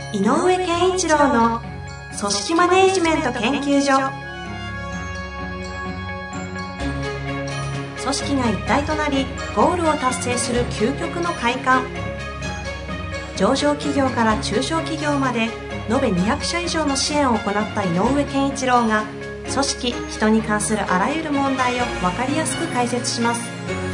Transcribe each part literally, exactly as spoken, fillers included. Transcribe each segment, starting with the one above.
井上健一郎の組織マネジメント研究所。組織が一体となりゴールを達成する究極の快感。上場企業から中小企業まで延べにひゃくしゃ以上の支援を行った井上健一郎が、組織・人に関するあらゆる問題を分かりやすく解説します。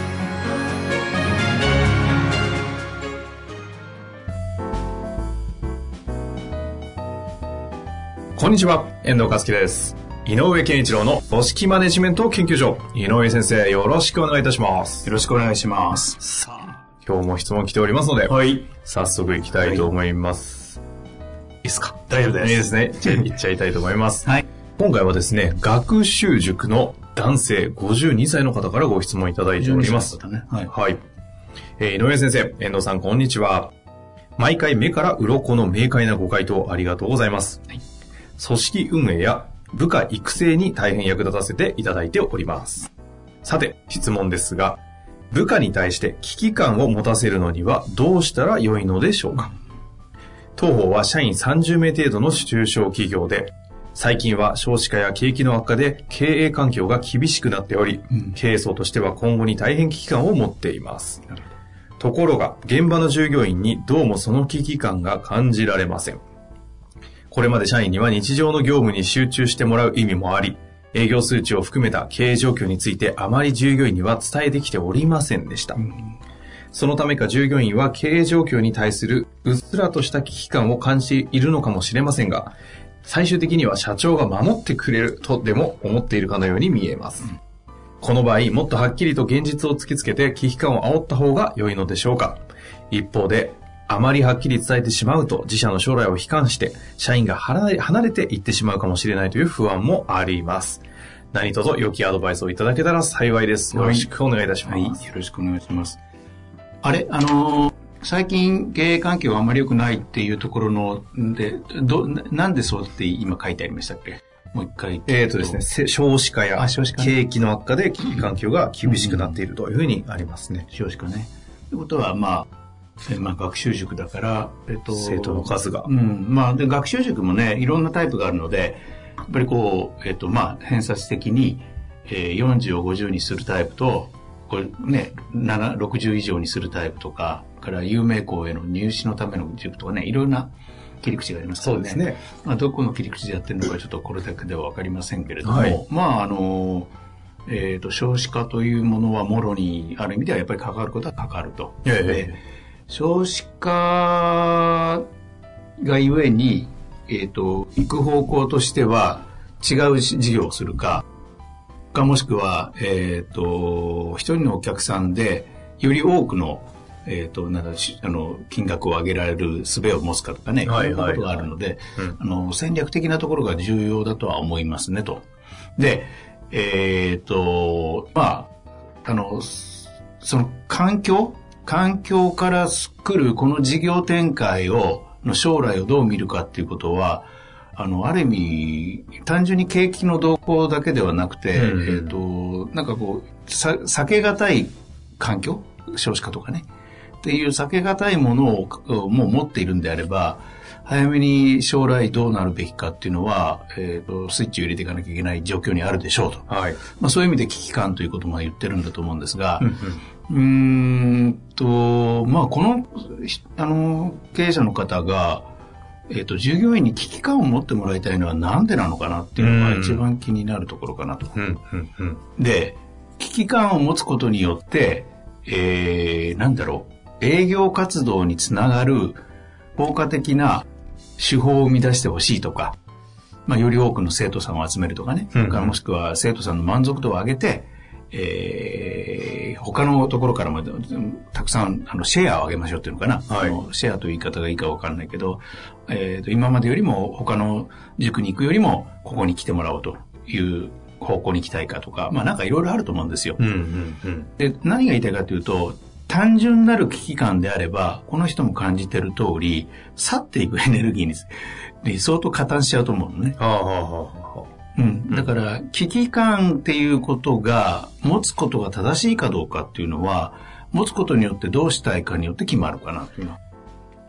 こんにちは、遠藤和樹です。井上健一郎の組織マネジメント研究所。井上先生、よろしくお願いいたします。 よろしくお願いします。 さあ、今日も質問来ておりますので、はい、早速いきたいと思います。はい、いいですか？ 大丈夫です。 いいですね。じゃあ、いっちゃいたいと思います。 はい。 今回はですね、学習塾の男性ごじゅうにさいの方からご質問いただいております。 ね、はい。 はい。えー、井上先生、遠藤さん、こんにちは。毎回目から鱗の明快なご回答ありがとうございます。はい。組織運営や部下育成に大変役立たせていただいております。さて、質問ですが、部下に対して危機感を持たせるのにはどうしたら良いのでしょうか？当方は社員さんじゅうめい程度の中小企業で、最近は少子化や景気の悪化で経営環境が厳しくなっており、うん、経営層としては今後に大変危機感を持っています。ところが、現場の従業員にどうもその危機感が感じられません。これまで社員には日常の業務に集中してもらう意味もあり、営業数値を含めた経営状況についてあまり従業員には伝えてきておりませんでした。うん、そのためか従業員は経営状況に対するうっすらとした危機感を感じているのかもしれませんが、最終的には社長が守ってくれるとでも思っているかのように見えます。うん、この場合、もっとはっきりと現実を突きつけて危機感を煽った方が良いのでしょうか。一方で、あまりはっきり伝えてしまうと自社の将来を悲観して社員が離れていってしまうかもしれないという不安もあります。何卒良きアドバイスをいただけたら幸いです。よろしくお願いいたします。 はいはい、よろしくお願いします。あれ、あのー、最近経営環境があまり良くないっていうところので、どなんでそうって今書いてありましたっけ？もう一回。 えーとですね、少子化や景気の悪化で経営環境が厳しくなっているというふうにありますね。 少子化ね。ということは、まあえまあ、学習塾だから、えっと、 生徒の数が。 うん。まあ、で、学習塾もね、いろんなタイプがあるので、やっぱりこう、えっと、まあ、偏差値的に、えー、よんじゅうをごじゅうにするタイプと、これね、ろくじゅう以上にするタイプとか、から有名校への入試のための塾とかね、いろんな切り口がありますからね。 そうですね。 まあ、どこの切り口でやってるのかちょっとこれだけではわかりませんけれども、はい、まあ、あの、えっと、少子化というものはもろに、ある意味ではやっぱり関わることは関わると。ええ少子化がゆえに、えっと、行く方向としては違う事業をするか、かもしくは、えっと、一人のお客さんでより多くの、えっと、なんだ、あの、金額を上げられる術を持つかとかね、はいいうことがあるので、うん、あの、戦略的なところが重要だとは思いますね、と。で、えっと、まあ、あの、その環境環境から来るこの事業展開を、の将来をどう見るかっていうことは、あの、ある意味、単純に景気の動向だけではなくて、うんうん、えっと、なんかこう、さ、避けがたい環境少子化とかね。っていう避けがたいものをもう持っているんであれば、早めに将来どうなるべきかっていうのは、えっと、スイッチを入れていかなきゃいけない状況にあるでしょうと。はい。まあそういう意味で危機感ということも言ってるんだと思うんですが、うんうんうーんと、まあ、この、あの、経営者の方が、えっと、従業員に危機感を持ってもらいたいのはなんでなのかなっていうのが一番気になるところかなと。うんうんうん、で、危機感を持つことによって、えー、なんだろう、営業活動につながる効果的な手法を生み出してほしいとか、まあ、より多くの生徒さんを集めるとかね、うんうん、もしくは生徒さんの満足度を上げて、えー、他のところからもたくさんあのシェアを上げましょうっていうのかな、はい、あのシェアという言い方がいいか分からないけど、えーと、今までよりも他の塾に行くよりもここに来てもらおうという方向に行きたいかとか、まあなんかいろいろあると思うんですよ、うんうんうん、で何が言いたいかというと、単純なる危機感であればこの人も感じてる通り去っていくエネルギーに理想と加担しちゃうと思うのね。はあはあはあうん、だから危機感っていうことが持つことが正しいかどうかっていうのは持つことによってどうしたいかによって決まるかなというの。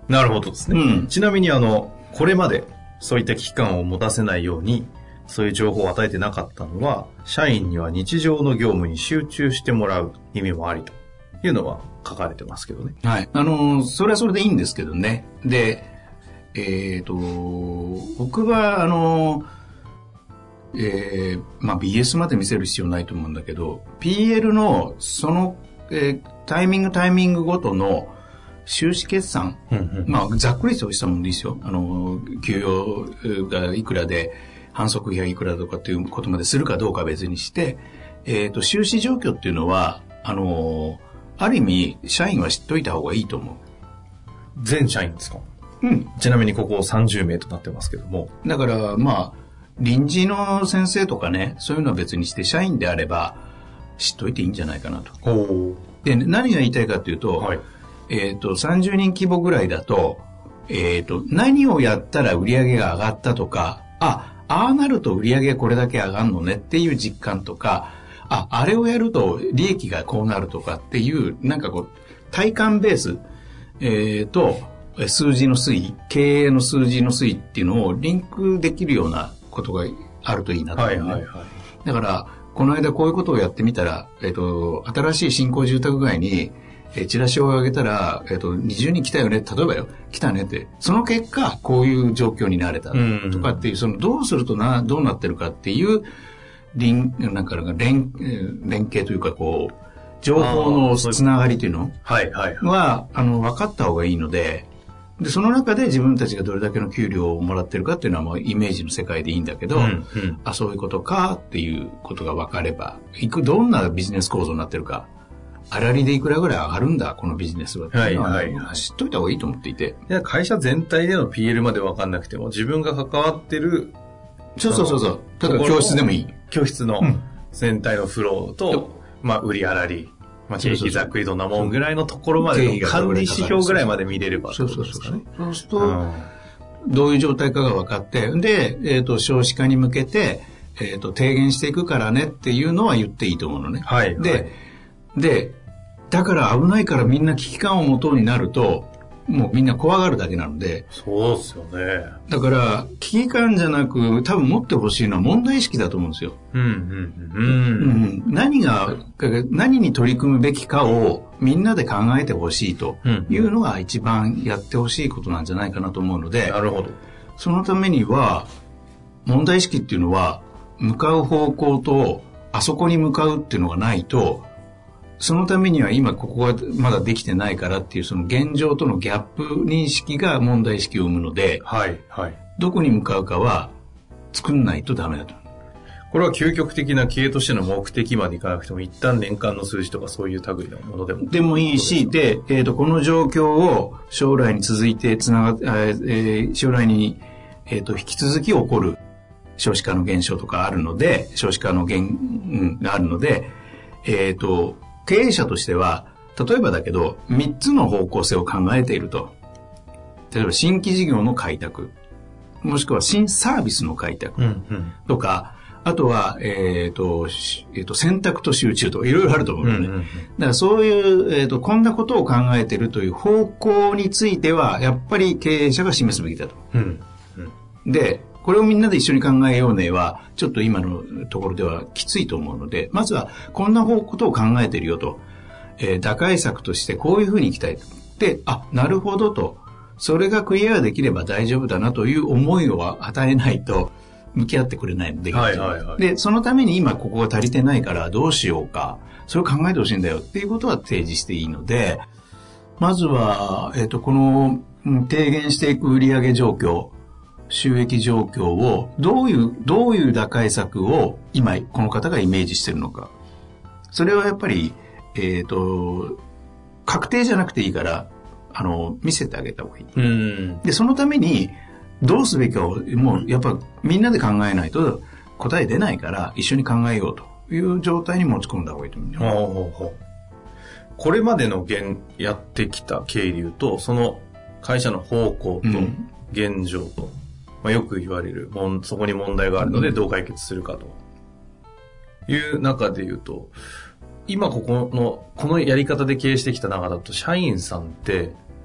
なるほどですね。うん、ちなみにあの、これまでそういった危機感を持たせないように、そういう情報を与えてなかったのは、社員には日常の業務に集中してもらう意味もありというのは書かれてますけどね。 はい。あの、それはそれでいいんですけどね。で、えっと、僕は、あの、えー、まあ ビーエス まで見せる必要ないと思うんだけど、ピーエル のその、えー、タイミングタイミングごとの収支決算、うんうん、まあざっくりとしたもんでいいですよ。あの、給与がいくらで、反則費がいくらとかっていうことまでするかどうかは別にして、えっと、収支状況っていうのは、あの、ある意味、社員は知っといた方がいいと思う。 全社員ですか？ うん。 ちなみにここさんじゅうめいとなってますけども。 だから、まあ、臨時の先生とかね、そういうのは別にして、社員であれば、知っといていいんじゃないかなと。 おで、何が言いたいかというと、 はい、 えっと、さんじゅうにん規模ぐらいだと、えっと、何をやったら売り上げが上がったとか、あ、ああなると売り上げこれだけ上がるのねっていう実感とか、あ、あれをやると利益がこうなるとかっていう、なんかこう、体感ベース、えー、と、数字の推移、経営の数字の推移っていうのをリンクできるようなことがあるといいなと思うね。はいはいはい。だから、この間こういうことをやってみたら、えっと、新しい新興住宅街に、えチラシを上げたら、えっと、にじゅうにん来たよね。例えばよ、来たねって。その結果、こういう状況になれたとかっていう、その、どうするとな、どうなってるかっていう、連、なんか、連、連携というか、こう、情報のつながりというのはいはいは、あの、分かった方がいいので、で、その中で自分たちがどれだけの給料をもらってるかっていうのはもうイメージの世界でいいんだけど、うんうん、あ、そういうことかっていうことが分かれば、いく、どんなビジネス構造になってるか、粗利でいくらぐらい上がるんだこのビジネスはっていうのは、はいはいはい、知っといた方がいいと思っていて、 いや会社全体での ピーエル まで分かんなくても自分が関わってるそうそうそうそう例えば教室でもいい教室の全体のフローと、うん、まあ売り粗利、まあ、経費ざっくりどんなもんぐらいのところまでの管理指標ぐらいまで見れればってことですかね。 そうすると、うん、どういう状態かが分かってで、えーと、少子化に向けて、えーと、低減していくからねっていうのは言っていいと思うのね。 はい、 で、 はい、 でだから危ないからみんな危機感を持とうになるともうみんな怖がるだけなので。 そうですよね。 だから危機感じゃなく多分持ってほしいのは問題意識だと思うんですよ。 うんうんうんうんうん、何が何に取り組むべきかをみんなで考えてほしいというのが一番やってほしいことなんじゃないかなと思うので。 なるほど。 そのためには問題意識っていうのは向かう方向とあそこに向かうっていうのがないと。そのためには今ここがまだできてないからっていうその現状とのギャップ認識が問題意識を生むので、 はいはい、 どこに向かうかは作んないとダメだと。 これは究極的な経営としての目的までいかなくても一旦年間の数字とかそういう類のものでもでもいいしで、えーと、この状況を将来に続いてつなが、えー、将来に、えーと、引き続き起こる少子化の現象とかあるので少子化の現、うん、があるのでえっ、ー、と経営者としては、例えばだけど、みっつの方向性を考えていると。例えば、新規事業の開拓、もしくは新サービスの開拓とか、うんうん、あとは、えっ、ー、と、えーと、選択と集中とか、いろいろあると思うのね。うんうんうん、だからそういう、えっ、ー、と、こんなことを考えているという方向については、やっぱり経営者が示すべきだと。 うんうん、で、これをみんなで一緒に考えようねは、ちょっと今のところではきついと思うので、まずはこんなことを考えているよと、えー、打開策としてこういうふうにいきたいと。で、あ、なるほどと、それがクリアできれば大丈夫だなという思いを与えないと、向き合ってくれないので、 はいはいはい、 で、そのために今ここが足りてないからどうしようか、それを考えてほしいんだよっていうことは提示していいので、まずは、えっと、この低減していく売上状況、収益状況をどういう、どういう打開策を今この方がイメージしているのか。それはやっぱり、えっと、確定じゃなくていいから、あの、見せてあげた方がいい。 うんで、そのためにどうすべきかを、もうやっぱみんなで考えないと答え出ないから一緒に考えようという状態に持ち込んだ方がいいと思う。 ほうほうほう。これまでの現、やってきた経理と、その会社の方向と現状と、うんまあ、よく言われるもん、そこに問題があるのでどう解決するかという中で言うと、今ここのこのやり方で経営してきた中だと社員さんって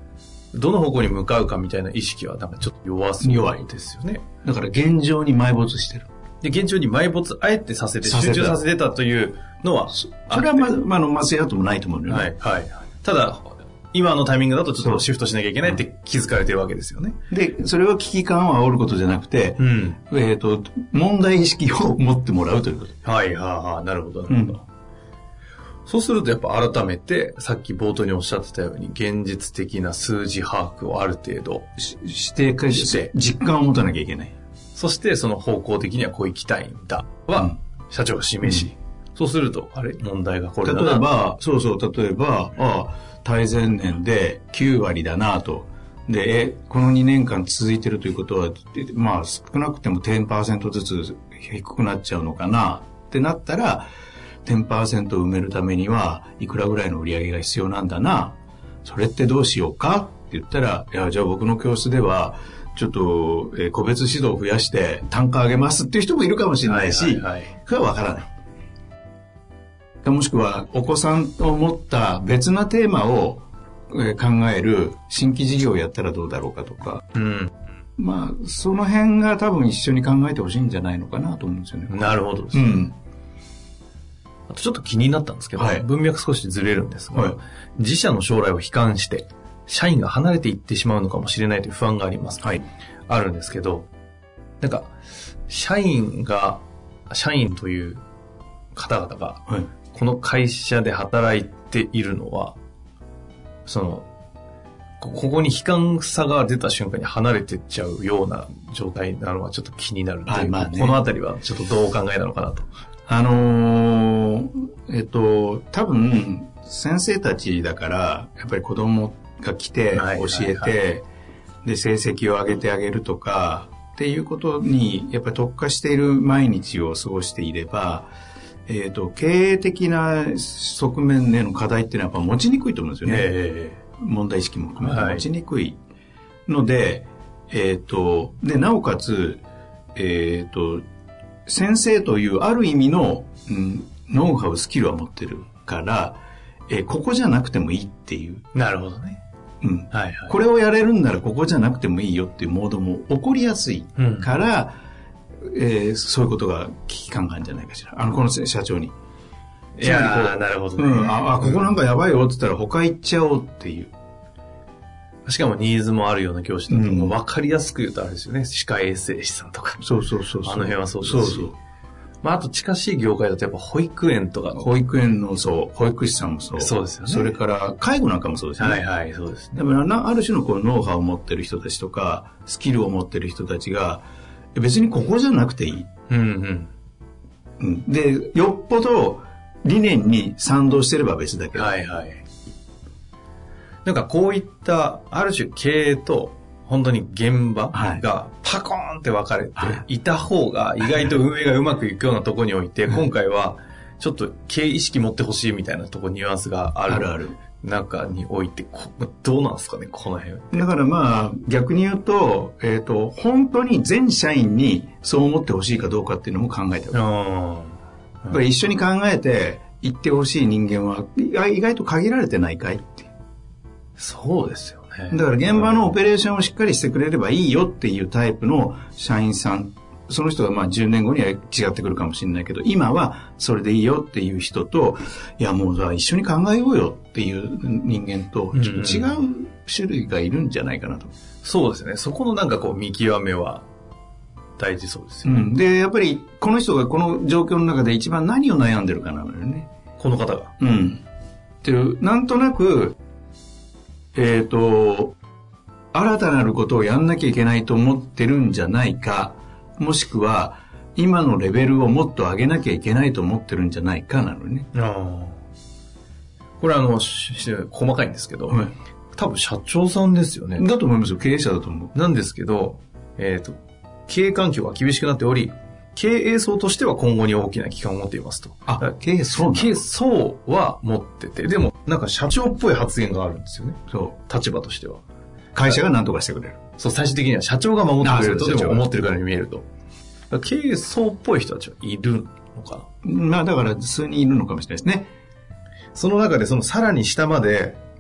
どの方向に向かうかみたいな意識はなんかちょっと弱そうですよね。 だから現状に埋没してる。 で、現状に埋没あえてさせて集中させてたというのは、 それはま、まあ、の、間違ってもないと思うんだよね。 はい、はい。ただ、今のタイミングだとちょっとシフトしなきゃいけないって気づかれてるわけですよね。 で、それは危機感を煽ることじゃなくて、うん、えっと、問題意識を持ってもらうということ。 はい、はい、はい。なるほど、なるほど。うん、そうするとやっぱ改めて、さっき冒頭におっしゃってたように、現実的な数字把握をある程度ししてして、実感を持たなきゃいけない。 そしてその方向的にはこう行きたいんだは、うん、社長が示し、うん、そうすると、あれ、問題がこれだな。 例えば、そうそう、例えば、ああ、対前年できゅうわりだなと。で、え、このにねんかん続いてるということは、まあ少なくても じゅっパーセント ずつ低くなっちゃうのかなってなったら、じゅっパーセント 埋めるためにはいくらぐらいの売り上げが必要なんだな。それってどうしようかって言ったら、いや、じゃあ僕の教室では、ちょっと、えー、個別指導を増やして単価上げますっていう人もいるかもしれないし、はいはいはい、それはわからない。もしくはお子さんを持った別なテーマを考える新規事業をやったらどうだろうかとか、うん、まあその辺が多分一緒に考えてほしいんじゃないのかなと思うんですよね。 なるほどですね、うん、あとちょっと気になったんですけど、はい、文脈少しずれるんですが、はい、自社の将来を悲観して社員が離れていってしまうのかもしれないという不安があります、はい、あるんですけど、なんか社員が社員という方々が、はい、この会社で働いているのは、その、ここに悲観さが出た瞬間に離れてっちゃうような状態なのはちょっと気になるという、はい、まあね、このあたりはちょっとどうお考えなのかなと。 あのー、えっと、多分、先生たちだから、やっぱり子供が来て、教えて、はいはいはい、で、成績を上げてあげるとか、っていうことに、やっぱり特化している毎日を過ごしていれば、えっと、経営的な側面での課題っていうのはやっぱ持ちにくいと思うんですよね。えー、問題意識も含めて持ちにくいので、はい、えっと、で、なおかつ、えっと、先生というある意味の、うん、ノウハウ、スキルは持ってるから、えー、ここじゃなくてもいいっていう。 なるほどね。 うん。はいはい。これをやれるんならここじゃなくてもいいよっていうモードも起こりやすいから、うん、えー、そういうことが危機感があるんじゃないかしら。あの、この社長に。 いやー、なるほどね。 うん。あ、あここなんかやばいよって言ったら他行っちゃおうっていう。 しかもニーズもあるような教師だと、分かりやすく言うとあれですよね。歯科衛生士さんとか。 そうそうそうそう。 あの辺はそうですし。そうそう。まあ、あと近しい業界だとやっぱ保育園とか保育園のそう、保育士さんもそう。 そうですよね。 それから介護なんかもそうですよね。 はいはい、そうですね。 だからある種のこうノウハウを持ってる人たちとか、スキルを持ってる人たちが、別にここじゃなくていい。うんうん。うん。で、よっぽど理念に賛同してれば別だけど。 はいはい。なんかこういったある種経営と本当に現場がパコーンって分かれていた方が意外と運営がうまくいくようなところにおいて、今回はちょっと経営意識持ってほしいみたいなところニュアンスがある。あるある。中において、どうなんですかね、この辺。 だからまあ、逆に言うと、えっと、本当に全社員にそう思ってほしいかどうかっていうのも考えておく。やっぱり一緒に考えて言ってほしい人間は意外と限られてないかいって。 そうですよね。 だから現場のオペレーションをしっかりしてくれればいいよっていうタイプの社員さん、その人がまあじゅうねんごには違ってくるかもしれないけど、今はそれでいいよっていう人と、いやもうじゃあ一緒に考えようよっていう人間と、ちょっと違う種類がいるんじゃないかなと。うんうん、 そうですね。そこのなんかこう見極めは大事そうですよね。 うん、で、やっぱりこの人がこの状況の中で一番何を悩んでるかなのよね。 この方が。 うん。っていう、なんとなく、えっと、新たなることをやんなきゃいけないと思ってるんじゃないか、もしくは今のレベルをもっと上げなきゃいけないと思ってるんじゃないかなのね。あこれあの細かいんですけど、はい、多分社長さんですよね。 だと思いますよ。経営者だと思う。なんですけど、えっと経営環境が厳しくなっており、経営層としては今後に大きな危機感を持っていますと。 あ、経営層経営層は持ってて、でもなんか社長っぽい発言があるんですよね。そう。立場としては。 会社が何とかしてくれる。 そう、最終的には社長が守ってくれるとでも思ってるからに見えると。経営層っぽい人たちはいるのかな。 まあだから数人いるのかもしれないですね。 その中でそのさらに下まで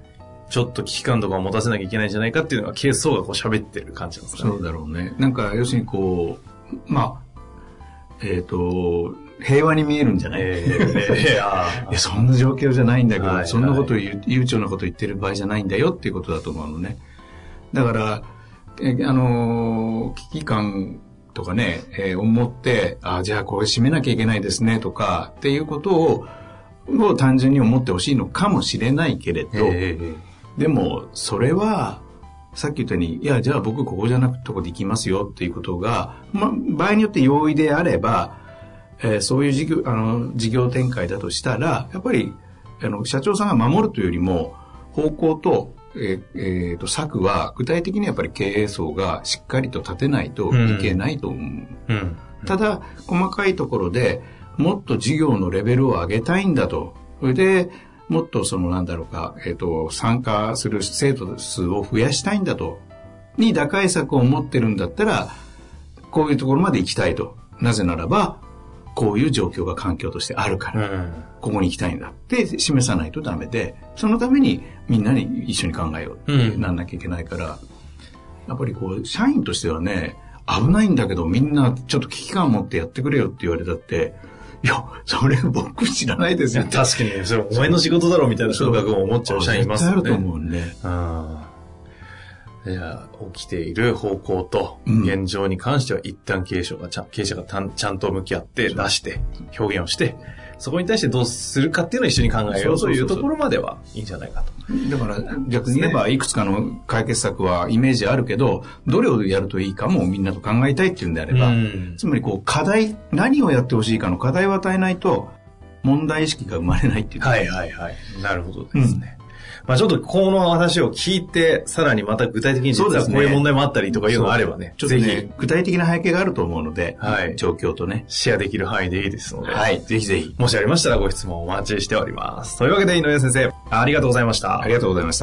ちょっと危機感とかを持たせなきゃいけないんじゃないかっていうのがケース層がこう喋ってる感じなんですかね。 そうだろうね。なんか要するにこう、まあ、えっ、ー、と、平和に見えるんじゃない、えーえー、いやそんな状況じゃないんだけど、はいはい、そんなこと言う、悠長なこと言ってる場合じゃないんだよっていうことだと思うのね。だから、えあのー、危機感とかね、えー、思って、あ、じゃあこれ締めなきゃいけないですねとかっていうことを、を単純に思ってほしいのかもしれないけれど、えー、でもそれはさっき言ったように、いやじゃあ僕ここじゃなくとこで行きますよっていうことが、ま、場合によって容易であれば、えー、そういう事業、あの、事業展開だとしたら、やっぱり、あの、社長さんが守るというよりも、方向と、えーえー、と、策は、具体的にやっぱり経営層がしっかりと立てないといけないと思う。うんうん、ただ、細かいところで、もっと事業のレベルを上げたいんだと。それで、もっとその、なんだろうか、えっ、ー、と、参加する生徒数を増やしたいんだと。に打開策を持ってるんだったら、こういうところまで行きたいと。なぜならば、こういう状況が環境としてあるから、うん、ここに行きたいんだって示さないとダメで、そのためにみんなに一緒に考えようってなんなきゃいけないから、うん、やっぱりこう、社員としてはね、危ないんだけどみんなちょっと危機感を持ってやってくれよって言われたって、いや、それ僕知らないですよ。 確かに、それお前の仕事だろみたいな感覚を思っちゃう社員いますよね。 絶対あると思うね。 うんじゃあ起きている方向と現状に関しては一旦経営者がちゃん、経営者がたんちゃんと向き合って出して表現をしてそこに対してどうするかっていうのを一緒に考えようというところまではいいんじゃないかと。 だから逆に言えばいくつかの解決策はイメージあるけどどれをやるといいかもみんなと考えたいっていうんであれば、うん、つまりこう課題何をやってほしいかの課題を与えないと問題意識が生まれないっていう。 はいはいはい。なるほどですね。うんまあちょっとこの話を聞いて、さらにまた具体的に実はこういう問題もあったりとかいうのがあればね、 ちょっとね、具体的な背景があると思うので、はい、状況とね、 シェアできる範囲でいいですので、 はい、ぜひぜひ。 もしありましたらご質問お待ちしております。というわけで井上先生、ありがとうございました。 ありがとうございました。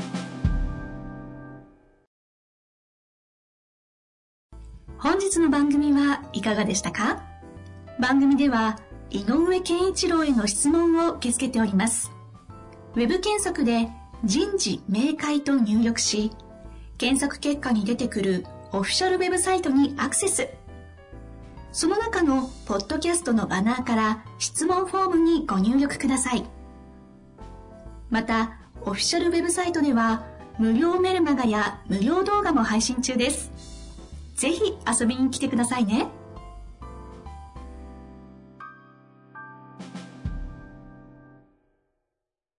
本日の番組はいかがでしたか？番組では井上健一郎への質問を受け付けております。ウェブ検索で人事明快と入力し、検索結果に出てくるオフィシャルウェブサイトにアクセス。その中のポッドキャストのバナーから質問フォームにご入力ください。また、オフィシャルウェブサイトでは無料メルマガや無料動画も配信中です。ぜひ遊びに来てくださいね。